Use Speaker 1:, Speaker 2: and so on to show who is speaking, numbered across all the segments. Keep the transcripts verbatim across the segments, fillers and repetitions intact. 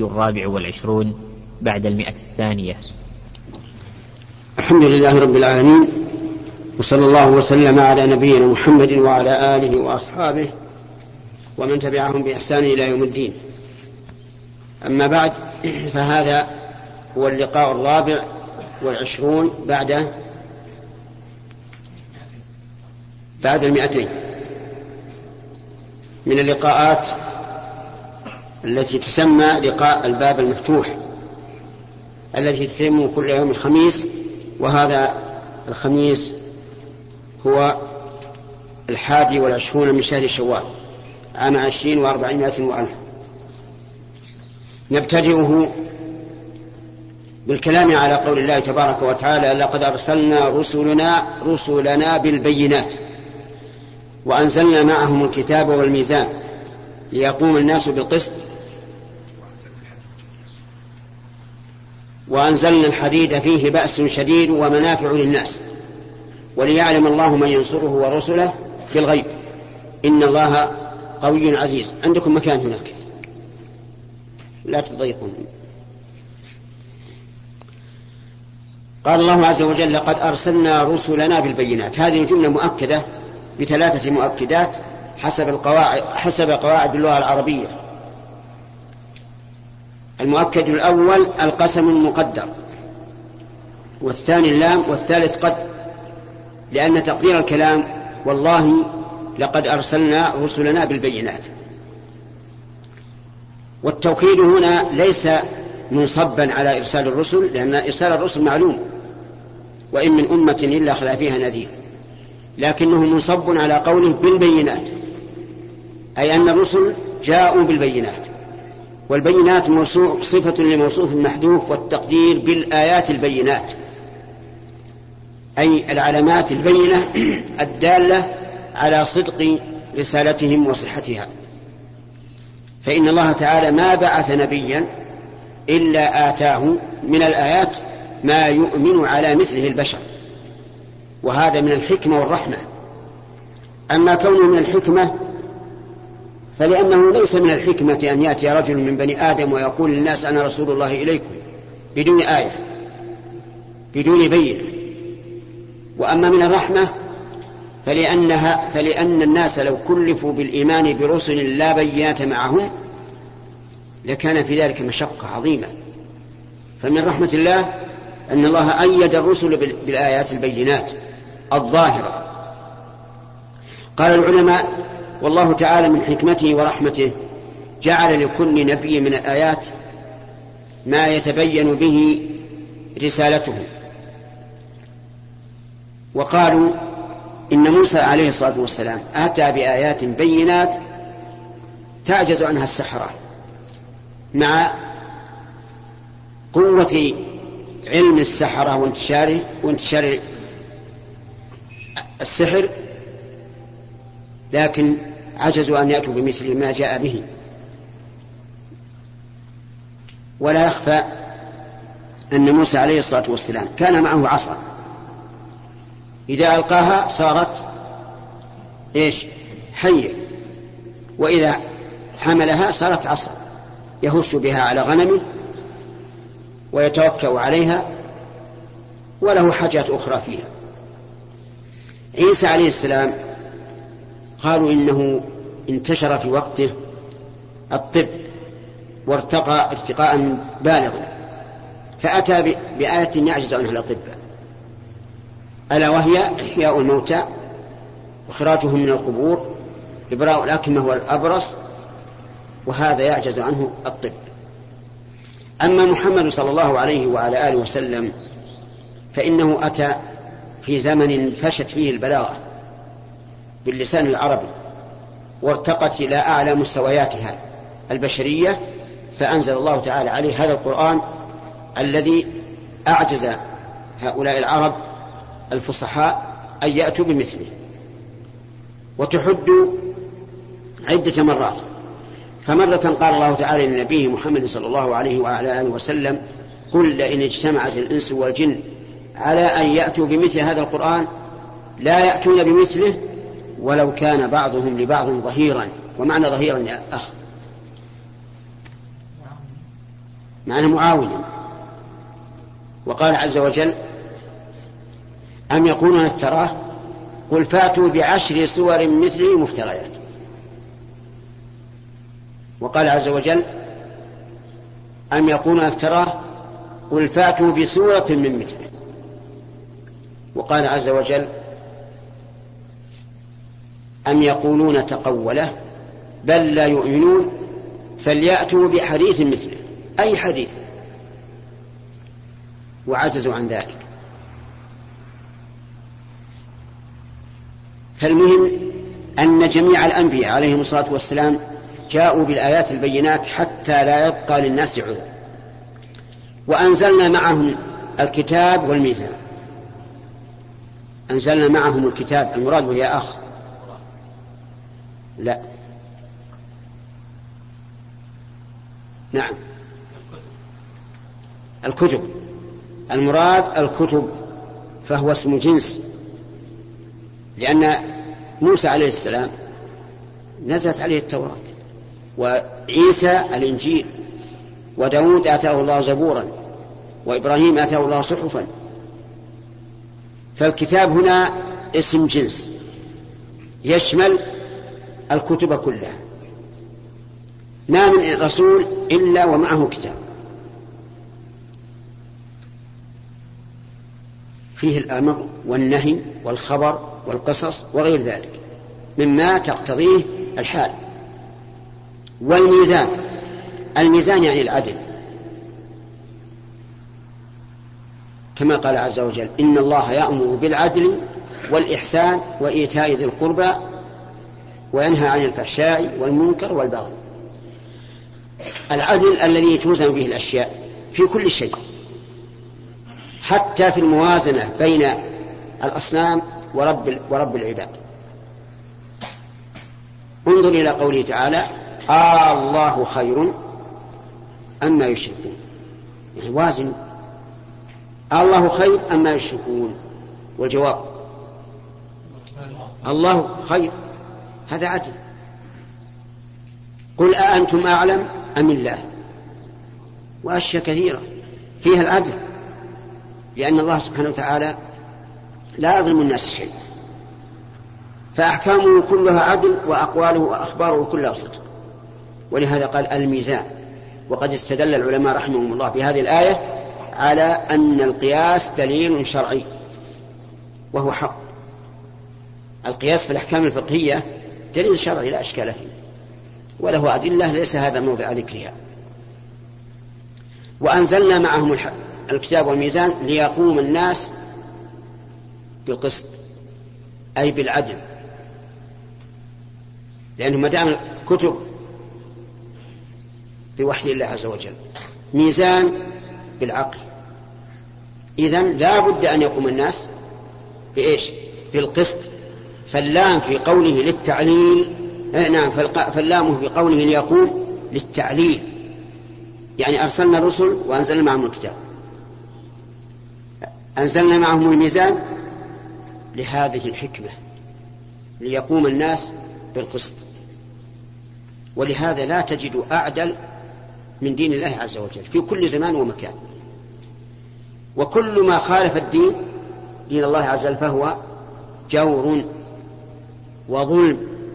Speaker 1: النبي الرابع والعشرون بعد المئة الثانية.
Speaker 2: الحمد لله رب العالمين، وصلى الله وسلم على نبينا محمد وعلى آله وأصحابه ومن تبعهم بإحسان إلى يوم الدين. أما بعد، فهذا هو اللقاء الرابع والعشرون بعد بعد المئتين من اللقاءات التي تسمى لقاء الباب المفتوح، التي تتم كل يوم الخميس، وهذا الخميس هو الحادي والعشرون من شهر شوال عام عشرين وأربعمائة وألف. نبتدئه بالكلام على قول الله تبارك وتعالى: لقد أرسلنا رسلنا رسلنا بالبينات وأنزلنا معهم الكتاب والميزان ليقوم الناس بالقسط وأنزلنا الحديد فيه بأس شديد ومنافع للناس وليعلم الله من ينصره ورسله بالغيب إن الله قوي عزيز. عندكم مكان هناك، لا تضيقون. قال الله عز وجل: لقد أرسلنا رسلنا بالبينات. هذه الجملة مؤكدة بثلاثة مؤكدات حسب القواعد حسب قواعد اللغة العربية. المؤكد الأول القسم المقدر، والثاني اللام، والثالث قد، لأن تقدير الكلام والله لقد أرسلنا رسلنا بالبينات. والتوكيد هنا ليس منصبا على إرسال الرسل، لأن إرسال الرسل معلوم، وإن من أمة إلا خلا فيها نذير، لكنه منصب على قوله بالبينات، أي أن الرسل جاءوا بالبينات، والبينات صفة لموصوف محذوف، والتقدير بالآيات البينات، أي العلامات البينة الدالة على صدق رسالتهم وصحتها. فإن الله تعالى ما بعث نبيا إلا آتاه من الآيات ما يؤمن على مثله البشر، وهذا من الحكمة والرحمة. أما كونه من الحكمة فلأنه ليس من الحكمة أن يأتي رجل من بني آدم ويقول للناس: أنا رسول الله إليكم، بدون آية بدون بينة. وأما من الرحمة فلأنها فلأن الناس لو كلفوا بالإيمان برسل لا بينات معهم لكان في ذلك مشقة عظيمة. فمن رحمة الله أن الله أيد الرسل بالآيات البينات الظاهرة. قال العلماء: والله تعالى من حكمته ورحمته جعل لكل نبي من الآيات ما يتبين به رسالته. وقالوا إن موسى عليه الصلاة والسلام أتى بآيات بينات تعجز عنها السحرة، مع قوة علم السحرة وانتشاره وانتشار السحر، لكن عجزوا أن يأتوا بمثل ما جاء به. ولا يخفى أن موسى عليه الصلاة والسلام كان معه عصا، إذا ألقاها صارت إيش؟ حية، وإذا حملها صارت عصا يهش بها على غنمه ويتوكأ عليها، وله حاجات أخرى فيها. عيسى عليه السلام قالوا إنه انتشر في وقته الطب وارتقى ارتقاء بالغا، فأتى بآية يعجز عنها الأطباء، ألا وهي إحياء الموتى وإخراجهم من القبور، إبراء الأكمة والأبرص، وهذا يعجز عنه الطب. أما محمد صلى الله عليه وعلى آله وسلم فإنه أتى في زمن فشت فيه البلاغة باللسان العربي وارتقت إلى أعلى مستوياتها البشرية، فأنزل الله تعالى عليه هذا القرآن الذي أعجز هؤلاء العرب الفصحاء أن يأتوا بمثله. وتحد عدة مرات، فمرة قال الله تعالى لنبيه محمد صلى الله عليه وعلى آله وسلم: قل لئن اجتمعت الإنس والجن على أن يأتوا بمثل هذا القرآن لا يأتون بمثله ولو كان بعضهم لبعض ظهيرا. ومعنى ظهيرا يا أخ؟ معنى معاونا. وقال عز وجل أم يقولون افتراه قل فاتوا بعشر سور مثله مفتريات. وقال عز وجل أم يقولون افتراه قل فاتوا بسورة من مثله. وقال عز وجل أم يقولون تقوله بل لا يؤمنون فليأتوا بحديث مثله، أي حديث، وعجزوا عن ذلك. فالمهم أن جميع الأنبياء عليهم الصلاة والسلام جاءوا بالآيات البينات حتى لا يبقى للناس عذر. وأنزلنا معهم الكتاب والميزان. أنزلنا معهم الكتاب، المراد وهي آخر لا نعم الكتب، المراد الكتب، فهو اسم جنس، لأن موسى عليه السلام نزلت عليه التوراة، وعيسى الإنجيل، وداود آتاه الله زبورا، وإبراهيم آتاه الله صحفا. فالكتاب هنا اسم جنس يشمل الكتب كلها، ما من رسول إلا ومعه كتاب فيه الأمر والنهي والخبر والقصص وغير ذلك مما تقتضيه الحال. والميزان، الميزان يعني العدل، كما قال عز وجل إن الله يأمر بالعدل والإحسان وإيتاء ذي القربى وينهى عن الفحشاء والمنكر والبغي. العدل الذي توزن به الأشياء في كل شيء، حتى في الموازنة بين الأصنام ورب, ورب العباد. انظر إلى قوله تعالى آه الله خير أما يشركون، يعني وازن آه الله خير أما يشركون، والجواب الله خير، هذا عدل. قل أأنتم أعلم أم الله، وأشياء كثيرة فيها العدل، لأن الله سبحانه وتعالى لا يظلم الناس شيء، فأحكامه كلها عدل، وأقواله وأخباره كلها صدق. ولهذا قال الميزان. وقد استدل العلماء رحمهم الله بهذه الآية على أن القياس دليل شرعي وهو حق. القياس في الأحكام الفقهية دليل شرعي لا أشكال فيه، وله أدلة ليس هذا موضع ذكرها. وأنزلنا معهم الكتاب والميزان ليقوم الناس بالقسط، أي بالعدل، لأنه ما دام كتب بوحي الله عز وجل، ميزان بالعقل، إذن لا بد أن يقوم الناس بإيش؟ بالقسط. فاللام في قوله للتعليل، نعم فاللام في قوله ليقوم للتعليل، يعني أرسلنا الرسل وأنزلنا معهم الكتاب، أنزلنا معهم الميزان لهذه الحكمة، ليقوم الناس بالقسط. ولهذا لا تجد أعدل من دين الله عز وجل في كل زمان ومكان، وكل ما خالف الدين دين الله عز وجل فهو جور وظلم.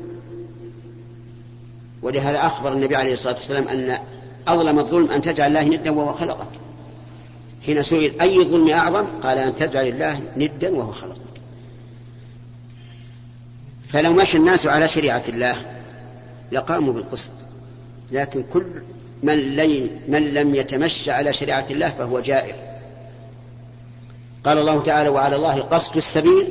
Speaker 2: ولهذا أخبر النبي عليه الصلاة والسلام أن أظلم الظلم أن تجعل الله ندا وهو خلقك. حين سئل أي الظلم أعظم قال أن تجعل الله ندا وهو خلقك. فلو مشى الناس على شريعة الله لقاموا بالقسط، لكن كل من, من لم يتمشى على شريعة الله فهو جائر. قال الله تعالى وعلى الله قصد السبيل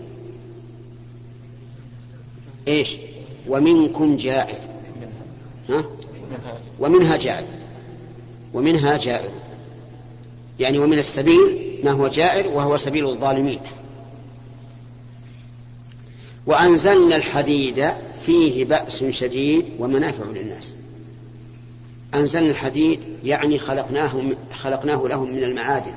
Speaker 2: إيش؟ ومنكم جائر، ها؟ ومنها جائر، ومنها جائر، يعني ومن السبيل ما هو جائر وهو سبيل الظالمين. وأنزلنا الحديد فيه بأس شديد ومنافع للناس. أنزلنا الحديد يعني خلقناه, خلقناه لهم من المعادن.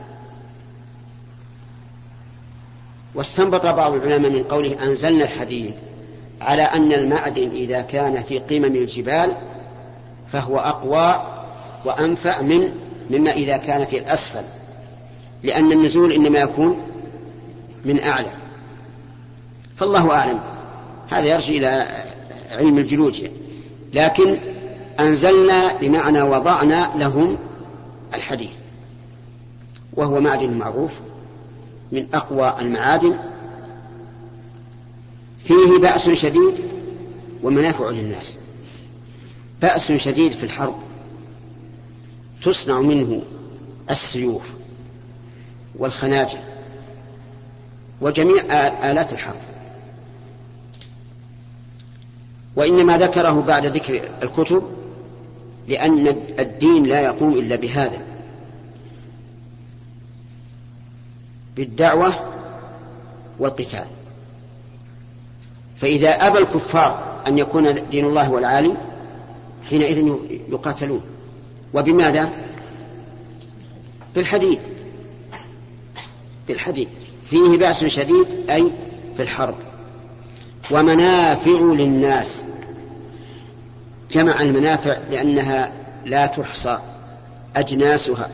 Speaker 2: واستنبط بعض العلماء من قوله أنزلنا الحديد على أن المعدن إذا كان في قمم الجبال فهو أقوى وأنفع من مما إذا كان في الأسفل، لأن النزول إنما يكون من أعلى. فالله أعلم، هذا يرجع إلى علم الجيولوجيا. لكن أنزلنا بمعنى وضعنا لهم الحديد، وهو معدن معروف من أقوى المعادن، فيه بأس شديد ومنافع للناس. بأس شديد في الحرب، تصنع منه السيوف والخناجر وجميع آلات الحرب، وإنما ذكره بعد ذكر الكتب لأن الدين لا يقوم إلا بهذا، بالدعوة والقتال. فإذا أبى الكفار أن يكون دين الله هو العالي حينئذ يقاتلون. وبماذا؟ بالحديد. بالحديد فيه بأس شديد أي في الحرب. ومنافع للناس، جمع المنافع لأنها لا تحصى أجناسها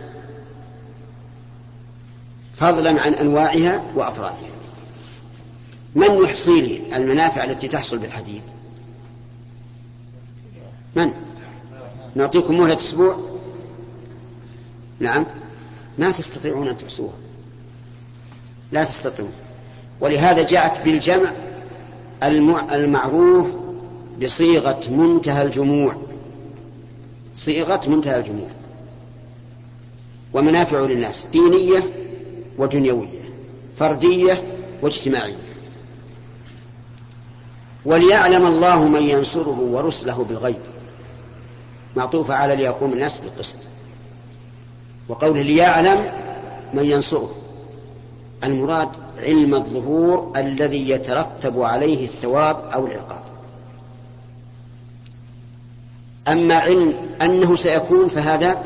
Speaker 2: فضلا عن أنواعها وأفرادها. من يحصي لي المنافع التي تحصل بالحديد؟ من؟ نعطيكم مهلة أسبوع؟ نعم، ما تستطيعون أن تحصوها، لا تستطيعون. ولهذا جاءت بالجمع المعروف بصيغة منتهى الجموع، صيغة منتهى الجموع. ومنافع للناس دينية ودنيوية، فردية واجتماعية. وليعلم الله من ينصره ورسله بالغيب، معطوف على ليقوم الناس بالقسط. وقوله ليعلم من ينصره، المراد علم الظهور الذي يترتب عليه الثواب أو العقاب. أما علم أنه سيكون فهذا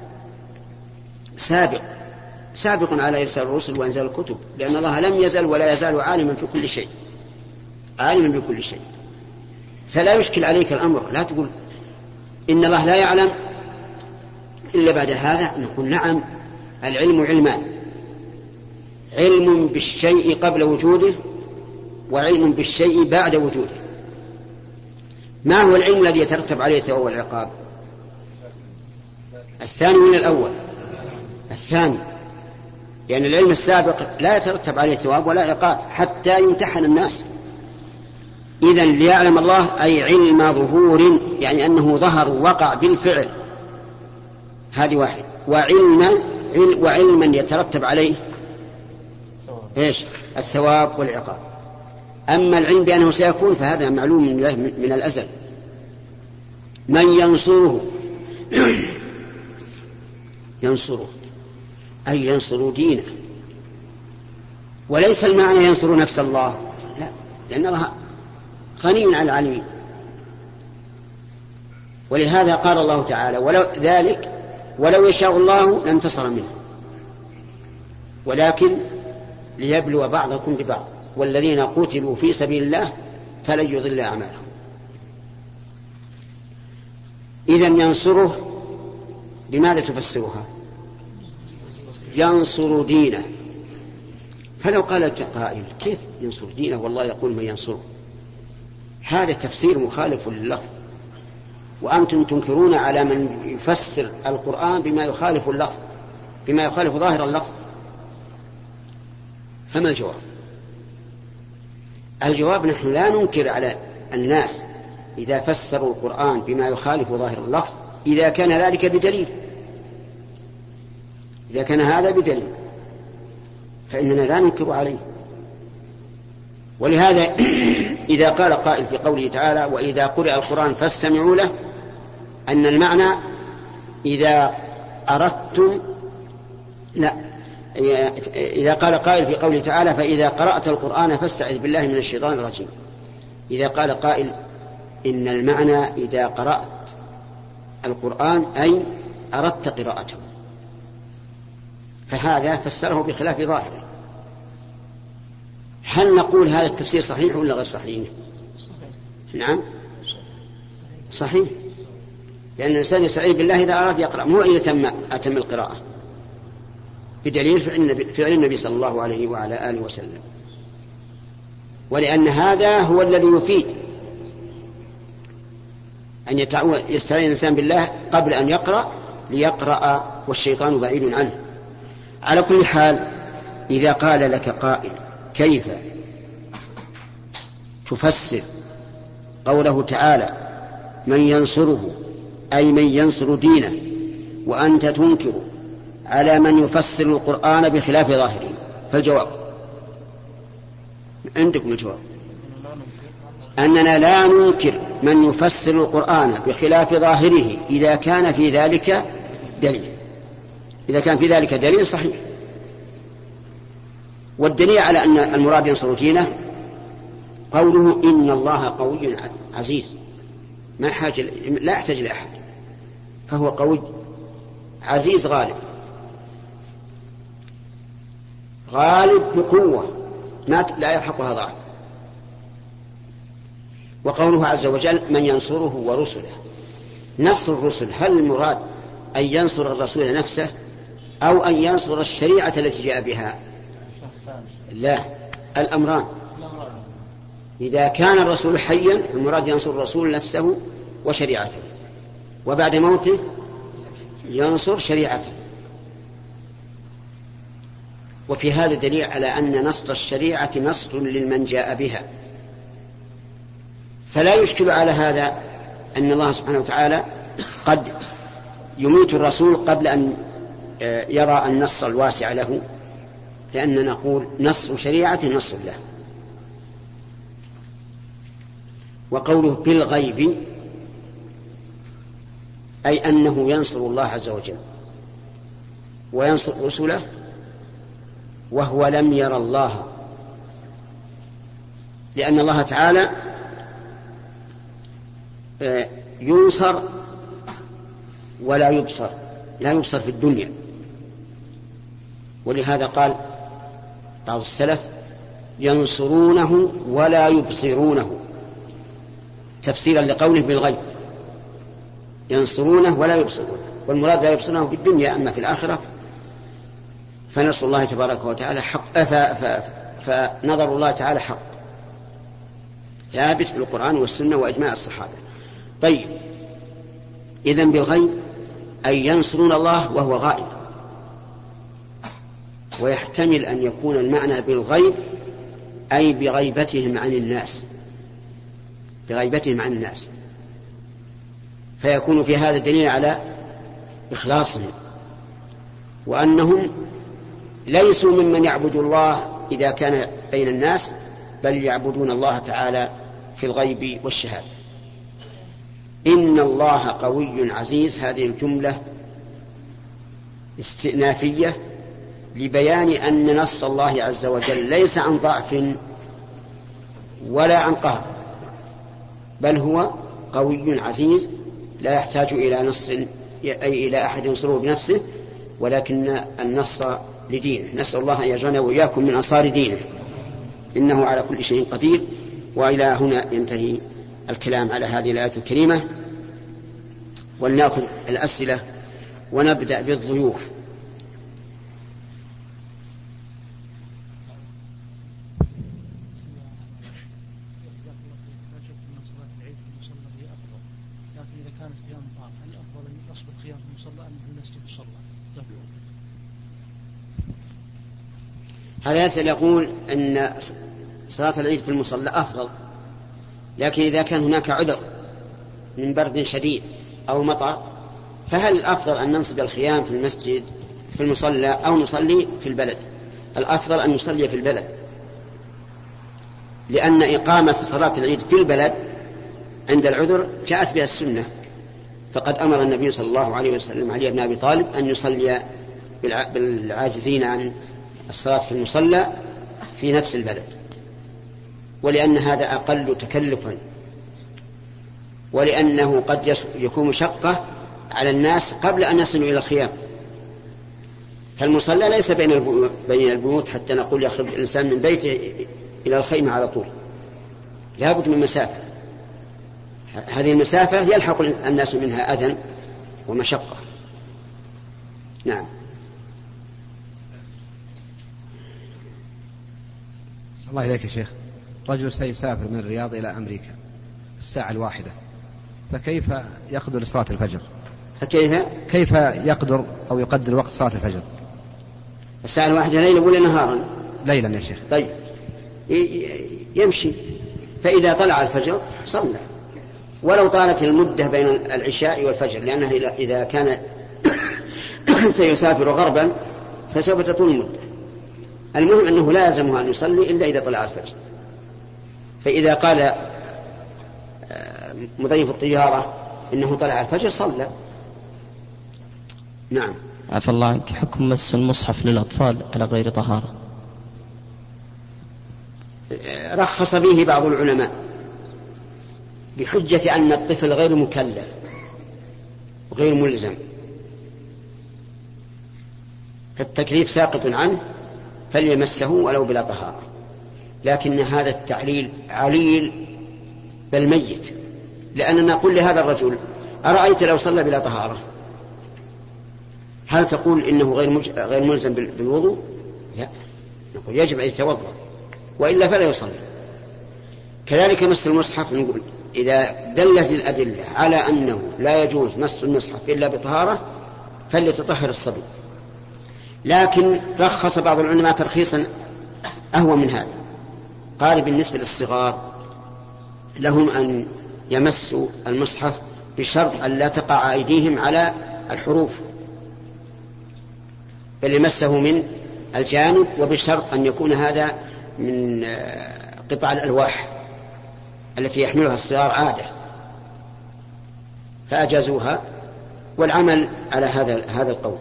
Speaker 2: سابق سابق على إرسال الرسل وإنزال الكتب، لأن الله لم يزل ولا يزال عالما في كل شيء، عالما بكل شيء. فلا يشكل عليك الأمر، لا تقول إن الله لا يعلم إلا بعد هذا. نقول نعم، العلم علمان: علم بالشيء قبل وجوده، وعلم بالشيء بعد وجوده. ما هو العلم الذي يترتب عليه الثواب والعقاب؟ الثاني من الأول، الثاني، لأن العلم السابق لا يترتب عليه ثواب ولا عقاب حتى يمتحن الناس. إذن ليعلم الله أي علم ظهور، يعني أنه ظهر وقع بالفعل، هذه واحد. وعلم وعلما يترتب عليه إيش؟ الثواب والعقاب. أما العلم بأنه سيكون فهذا معلوم من الله من الأزل. من ينصره ينصره أي ينصر دينه، وليس المعنى ينصر نفس الله، لا، لأن الله غني عن العالمين. ولهذا قال الله تعالى: ولو ذلك ولو يشاء الله لانتصر منه، ولكن ليبلو بعضكم ببعض، والذين قتلوا في سبيل الله فلن يضل أعمالهم. إذن ينصره بماذا تفسرها؟ ينصر دينه. فلو قال قائل: كيف ينصر دينه والله يقول من ينصره؟ هذا تفسير مخالف لللفظ، وأنتم تنكرون على من يفسر القرآن بما يخالف اللفظ، بما يخالف ظاهر اللفظ. فما الجواب؟ الجواب: نحن لا ننكر على الناس إذا فسروا القرآن بما يخالف ظاهر اللفظ، إذا كان ذلك بدليل، إذا كان هذا بدليل فإننا لا ننكر عليه. ولهذا إذا قال قائل في قوله تعالى: وإذا قرئ القرآن فاستمعوا له، أن المعنى إذا أردتم، لا، إذا قال قائل في قوله تعالى: فإذا قرأت القرآن فاستعذ بالله من الشيطان الرجيم، إذا قال قائل إن المعنى إذا قرأت القرآن أي أردت قراءته، فهذا فسره بخلاف ظاهره. هل نقول هذا التفسير صحيح ولا غير صحيح؟ نعم صحيح. لأن الإنسان يستعين بالله إذا أراد يقرأ، مو إذا تم أتم القراءة، بدليل فعل النبي صلى الله عليه وعلى آله وسلم. ولأن هذا هو الذي يفيد أن يستعين الإنسان بالله قبل أن يقرأ ليقرأ والشيطان بعيد عنه. على كل حال، إذا قال لك قائل كيف تفسر قوله تعالى من ينصره، أي من ينصر دينه، وأنت تنكر على من يفسر القرآن بخلاف ظاهره، فالجواب عندكم الجواب أننا لا ننكر من يفسر القرآن بخلاف ظاهره إذا كان في ذلك دليل، إذا كان في ذلك دليل صحيح. والدليل على أن المراد ينصر دينه قوله إن الله قوي عزيز، ما حاجة، لا يحتاج لأحد، فهو قوي عزيز غالب، غالب بقوة لا يلحقها ضعف. وقوله عز وجل من ينصره ورسله، نصر الرسل هل المراد أن ينصر الرسول نفسه أو أن ينصر الشريعة التي جاء بها؟ لا، الأمران. إذا كان الرسول حيا المراد ينصر الرسول نفسه وشريعته، وبعد موته ينصر شريعته. وفي هذا دليل على أن نصر الشريعة نصر لمن جاء بها. فلا يشكل على هذا أن الله سبحانه وتعالى قد يميت الرسول قبل أن يرى النص الواسع له، لأننا نقول نصر شريعة نصر له. وقوله بالغيب أي أنه ينصر الله عز وجل وينصر رسله وهو لم ير الله، لأن الله تعالى ينصر ولا يبصر، لا يبصر في الدنيا. ولهذا قال بعض السلف ينصرونه ولا يبصرونه، تفسيرا لقوله بالغيب، ينصرونه ولا يبصرونه، والمراد لا يبصرونه في الدنيا، أما في الآخرة فنصر الله تبارك وتعالى حق، فنظر الله تعالى حق ثابت بالقرآن والسنة وإجماع الصحابة. طيب، إذن بالغيب أي ينصرون الله وهو غائب. ويحتمل أن يكون المعنى بالغيب أي بغيبتهم عن الناس، بغيبتهم عن الناس، فيكون في هذا دليل على إخلاصهم وأنهم ليسوا ممن يعبد الله إذا كان بين الناس، بل يعبدون الله تعالى في الغيب والشهادة. إن الله قوي عزيز، هذه الجملة استئنافية لبيان أن نص الله عز وجل ليس عن ضعف ولا عن قهر، بل هو قوي عزيز لا يحتاج إلى نصر أي إلى أحد ينصره بنفسه، ولكن النصر لدينه. نسأل الله أن يجعلنا وإياكم من أنصار دينه، إنه على كل شيء قدير. وإلى هنا ينتهي الكلام على هذه الآية الكريمة، ولنأخذ الأسئلة ونبدأ بالضيوف. هذا يسأل يقول أن صلاة العيد في المصلى أفضل، لكن إذا كان هناك عذر من برد شديد أو مطر، فهل الأفضل أن ننصب الخيام في المسجد في المصلى أو نصلي في البلد؟ الأفضل أن نصلي في البلد، لأن إقامة صلاة العيد في البلد عند العذر جاءت بها السنة، فقد أمر النبي صلى الله عليه وسلم علي بن أبي طالب أن يصلي بالعاجزين عن الصلاة في المصلى في نفس البلد، ولأن هذا أقل تكلفا، ولأنه قد يكون مشقة على الناس قبل أن يصلوا إلى الخيام. فالمصلى ليس بين البيوت حتى نقول يخرج الإنسان من بيته إلى الخيمة على طول، لا بد من مسافة هذه المسافة يلحق الناس منها أذى ومشقة. نعم.
Speaker 3: الله إليك يا شيخ، رجل سيسافر من الرياض إلى أمريكا الساعة الواحدة، فكيف يقدر لصلاة الفجر؟
Speaker 2: فكيف
Speaker 3: كيف يقدر أو يقدر وقت صلاة الفجر؟
Speaker 2: الساعة الواحدة ليلا ولا نهارا؟
Speaker 3: ليلا يا شيخ.
Speaker 2: طيب يمشي، فإذا طلع الفجر صلى، ولو طالت المدة بين العشاء والفجر، لأنه إذا كان سيسافر غربا فسوف تطول المدة. المهم أنه لازمه أن يصلي إلا إذا طلع الفجر. فإذا قال مضيف الطيارة إنه طلع الفجر صلى. نعم.
Speaker 4: عفى الله عنك، حكم مس المصحف للأطفال على غير طهارة؟
Speaker 2: رخص به بعض العلماء بحجة أن الطفل غير مكلف وغير ملزم، فالتكليف ساقط عنه فليمسه ولو بلا طهارة. لكن هذا التعليل عليل بل ميت، لأننا نقول لهذا الرجل أرأيت لو صلى بلا طهارة هل تقول إنه غير مج... غير ملزم بالوضوء؟ لا، نقول يجب أن يتوضأ وإلا فلا يصلي. كذلك مس المصحف، نقول إذا دلت الأدلة على أنه لا يجوز مس المصحف إلا بطهارة فليتطهر الصبي. لكن رخص بعض العلماء ترخيصا أهوى من هذا، قال بالنسبة للصغار لهم أن يمسوا المصحف بشرط أن لا تقع أيديهم على الحروف، بل يمسه من الجانب، وبشرط أن يكون هذا من قطع الألواح التي يحملها الصغار عادة، فأجازوها والعمل على هذا هذا القول.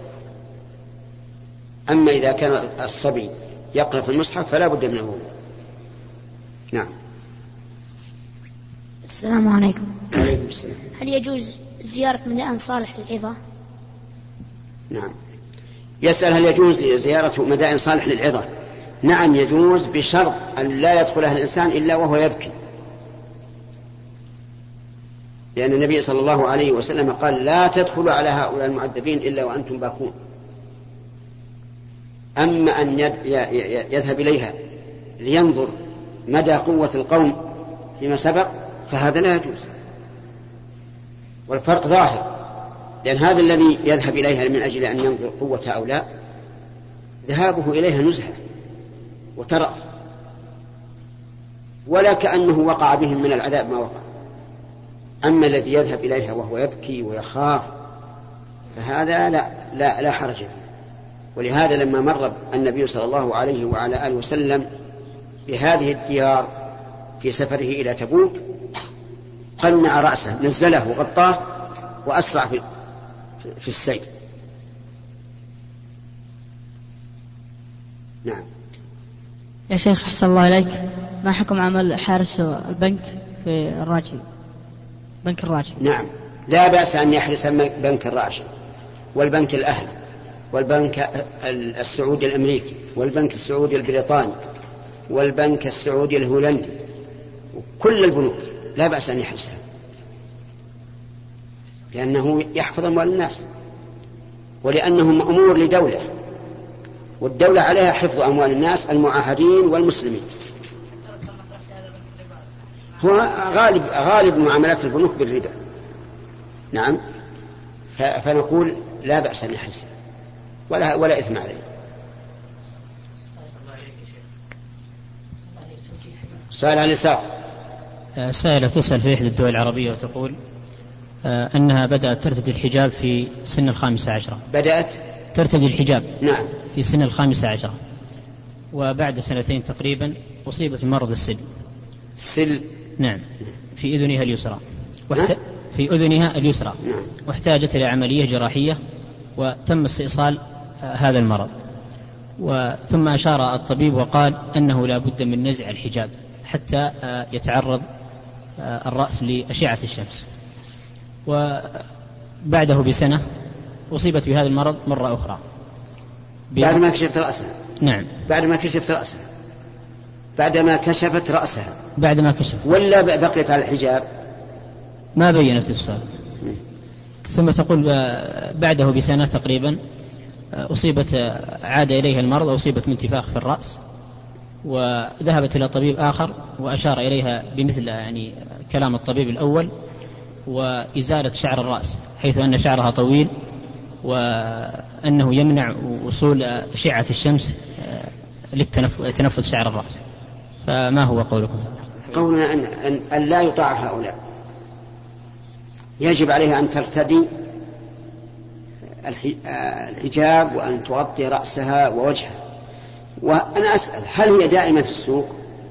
Speaker 2: أما إذا كان الصبي يقرأ في المصحف فلا بد من الوضوء. نعم.
Speaker 5: السلام عليكم.
Speaker 2: وعليكم السلام.
Speaker 5: هل يجوز زيارة مدائن صالح للعظة؟
Speaker 2: نعم. يسأل هل يجوز زيارة مدائن صالح للعظة؟ نعم يجوز، بشرط أن لا يدخلها الإنسان إلا وهو يبكي، لأن النبي صلى الله عليه وسلم قال لا تدخلوا على هؤلاء المعذبين إلا وأنتم باكون. أما أن يذهب إليها لينظر مدى قوة القوم فيما سبق فهذا لا يجوز، والفرق ظاهر، لأن هذا الذي يذهب إليها من أجل أن ينظر قوة هؤلاء ذهابه إليها نزهة وترف، ولا كأنه وقع بهم من العذاب ما وقع. أما الذي يذهب إليها وهو يبكي ويخاف فهذا لا, لا, لا حرج فيه. ولهذا لما مر النبي صلى الله عليه وعلى آله وسلم بهذه الديار في سفره إلى تبوك قنع رأسه، نزله وغطاه وأسرع في, في السير. نعم.
Speaker 6: يا شيخ أحسن الله إليك، ما حكم عمل حارس البنك في الراجي، بنك الراجي؟
Speaker 2: نعم، لا بأس أن يحرس بنك الراجي والبنك الأهلي والبنك السعودي الأمريكي والبنك السعودي البريطاني والبنك السعودي الهولندي وكل البنوك لا بأس أن يحرسها، لأنه يحفظ أموال الناس، ولأنهم مأمور لدولة، والدولة عليها حفظ أموال الناس المعاهدين والمسلمين. هو غالب غالب معاملات البنوك بالربا. نعم، فنقول لا بأس أن يحرسها ولا ولا إثم عليه. سؤال عن الإساءة.
Speaker 1: سائلة تسأل في إحدى الدول العربية وتقول أنها بدأت ترتدي الحجاب في سن الخامسة عشرة.
Speaker 2: بدأت
Speaker 1: ترتدي الحجاب
Speaker 2: نعم
Speaker 1: في سن الخامسة عشرة، وبعد سنتين تقريبا أصيبت بمرض السل.
Speaker 2: السل
Speaker 1: نعم، في أذنها اليسرى وحت... في أذنها اليسرى
Speaker 2: نعم.
Speaker 1: واحتاجت إلى عملية جراحية وتم استئصال هذا المرض، وثم أشار الطبيب وقال أنه لا بد من نزع الحجاب حتى يتعرض الرأس لأشعة الشمس. وبعده بسنة أصيبت بهذا المرض مرة أخرى
Speaker 2: بعد ما كشفت رأسها.
Speaker 1: نعم،
Speaker 2: بعد ما كشفت رأسها بعد ما كشفت رأسها
Speaker 1: بعد ما كشفت
Speaker 2: ولا بقيت على الحجاب؟
Speaker 1: ما بينت السؤال. ثم تقول بعده بسنة تقريبا أصيبت، عاد إليها المرض، أصيبت من انتفاخ في الرأس، وذهبت إلى طبيب آخر وأشار إليها بمثل يعني كلام الطبيب الأول، وإزالة شعر الرأس حيث أن شعرها طويل وأنه يمنع وصول أشعة الشمس لتنفذ شعر الرأس. فما هو قولكم؟
Speaker 2: قولنا أن, أن, أن لا يطاع هؤلاء، يجب عليها أن ترتدي الحجاب وأن تغطي رأسها ووجهها. وأنا أسأل، هل هي دائمة في السوق؟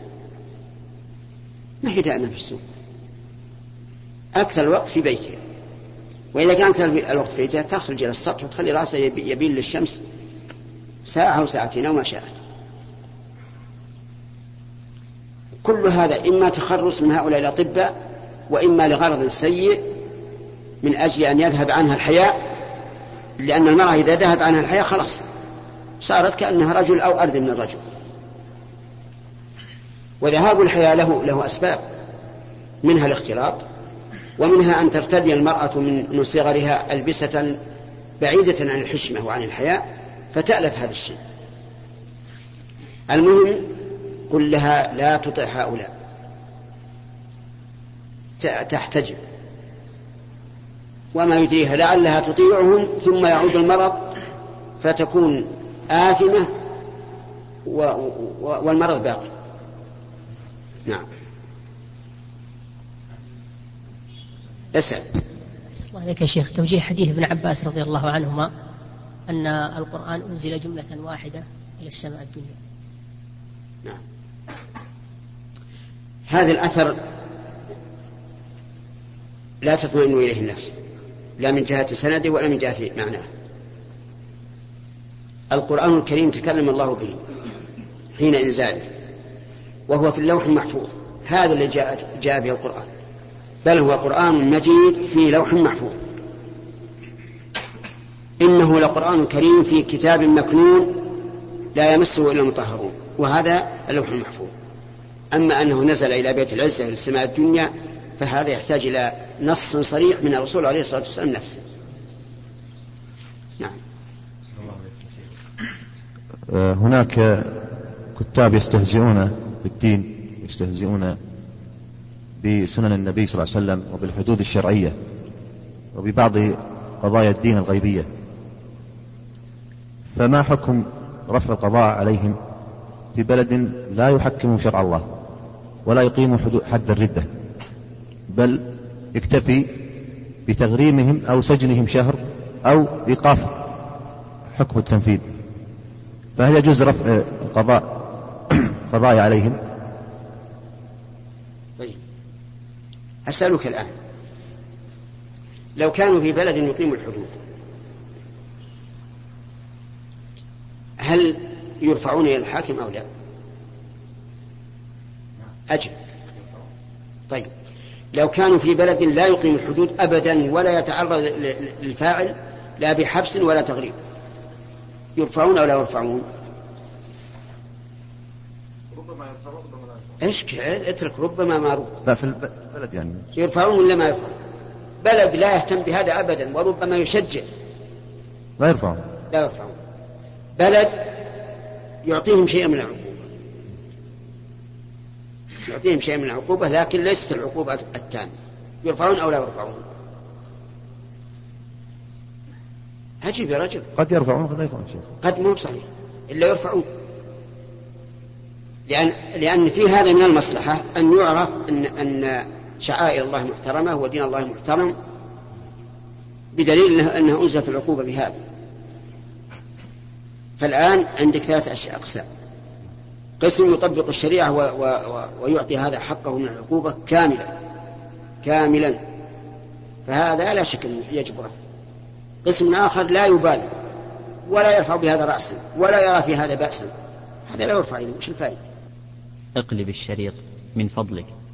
Speaker 2: ما هي دائمة في السوق، أكثر الوقت في بيتها. وإذا كانت الوقت في بيتها تخرج إلى السطح وتخلي رأسها يبين للشمس ساعة أو ساعتين أو ما شاءت. كل هذا إما تخرص من هؤلاء الأطباء، وإما لغرض سيء من أجل أن يذهب عنها الحياء، لأن المرأة إذا ذهب عنها الحياء خلاص صارت كأنها رجل أو أرض من الرجل. وذهاب الحياء له, له أسباب، منها الاختلاط، ومنها أن ترتدي المرأة من صغرها ألبسة بعيدة عن الحشمة وعن الحياء فتألف هذا الشيء. المهم قل لها لا تطع هؤلاء، تحتجب، وما يدريها لعلها تطيعهم ثم يعود المرض فتكون آثمة والمرض باقي. نعم. اسأل.
Speaker 7: الله عليك يا شيخ، توجيه حديث ابن عباس رضي الله عنهما أن القرآن أنزل جملة واحدة إلى السماء الدنيا.
Speaker 2: نعم. هذا الأثر لا تطمئن إليه النفس، لا من جهة سنده ولا من جهة معناه. القرآن الكريم تكلم الله به حين إنزاله، وهو في اللوح المحفوظ، هذا اللي جاء, جاء به القرآن، بل هو قرآن مجيد في لوح محفوظ. إنه لقرآن كريم في كتاب مكنون لا يمسه إلا المطهرون، وهذا اللوح المحفوظ. أما أنه نزل إلى بيت العزة إلى السماء الدنيا فهذا يحتاج إلى نص صريح من الرسول عليه الصلاة والسلام نفسه. نعم.
Speaker 8: هناك كتاب يستهزئون بالدين، يستهزئون بسنن النبي صلى الله عليه وسلم وبالحدود الشرعية وببعض قضايا الدين الغيبية، فما حكم رفع القضاء عليهم في بلد لا يحكم شرع الله ولا يقيم حد الردة، بل يكتفي بتغريمهم أو سجنهم شهر أو إيقاف حكم التنفيذ؟ فهل يجوز رفع القضاء قضايا عليهم؟
Speaker 2: طيب، أسألك الآن، لو كانوا في بلد يقيم الحدود هل يرفعون إلى الحاكم أو لا؟ أجب. طيب، لو كانوا في بلد لا يقيم الحدود أبدا ولا يتعرض للفاعل لا بحبس ولا تغريب، يرفعون أو لا يرفعون؟
Speaker 8: ربما يرفعون ربما لا يرفعون.
Speaker 2: إيش اترك ربما ما ربما.
Speaker 8: لا في البلد يعني
Speaker 2: يرفعون ولا ما يرفعون؟ بلد لا يهتم بهذا أبدا وربما يشجع
Speaker 8: لا يرفعون.
Speaker 2: لا يرفعون. بلد يعطيهم شيئا من العقوبة، يعطيهم شيئا من العقوبة لكن ليست العقوبة التامة، يرفعون أو لا يرفعون؟ عجيب يا رجل.
Speaker 8: قد يرفعون قد لا يرفعون شيء.
Speaker 2: قد مو صحيح إلا يرفعون، لأن لأن في هذا من المصلحة أن يعرف أن أن شعائر الله محترمة ودين الله محترم، بدليل أنها أنزلت العقوبة بهذا. فالآن عندك ثلاثة أقسام: قسم يطبق الشريعة و و ويعطي هذا حقه من العقوبة كاملا كاملا، فهذا لا شك أنه يجب رفعه. قسم آخر لا يبالي ولا يرفع بهذا رأسا ولا يرى في هذا بأسا، هذا لا يرفع إليه. وش الفائدة؟
Speaker 1: اقلب الشريط من فضلك.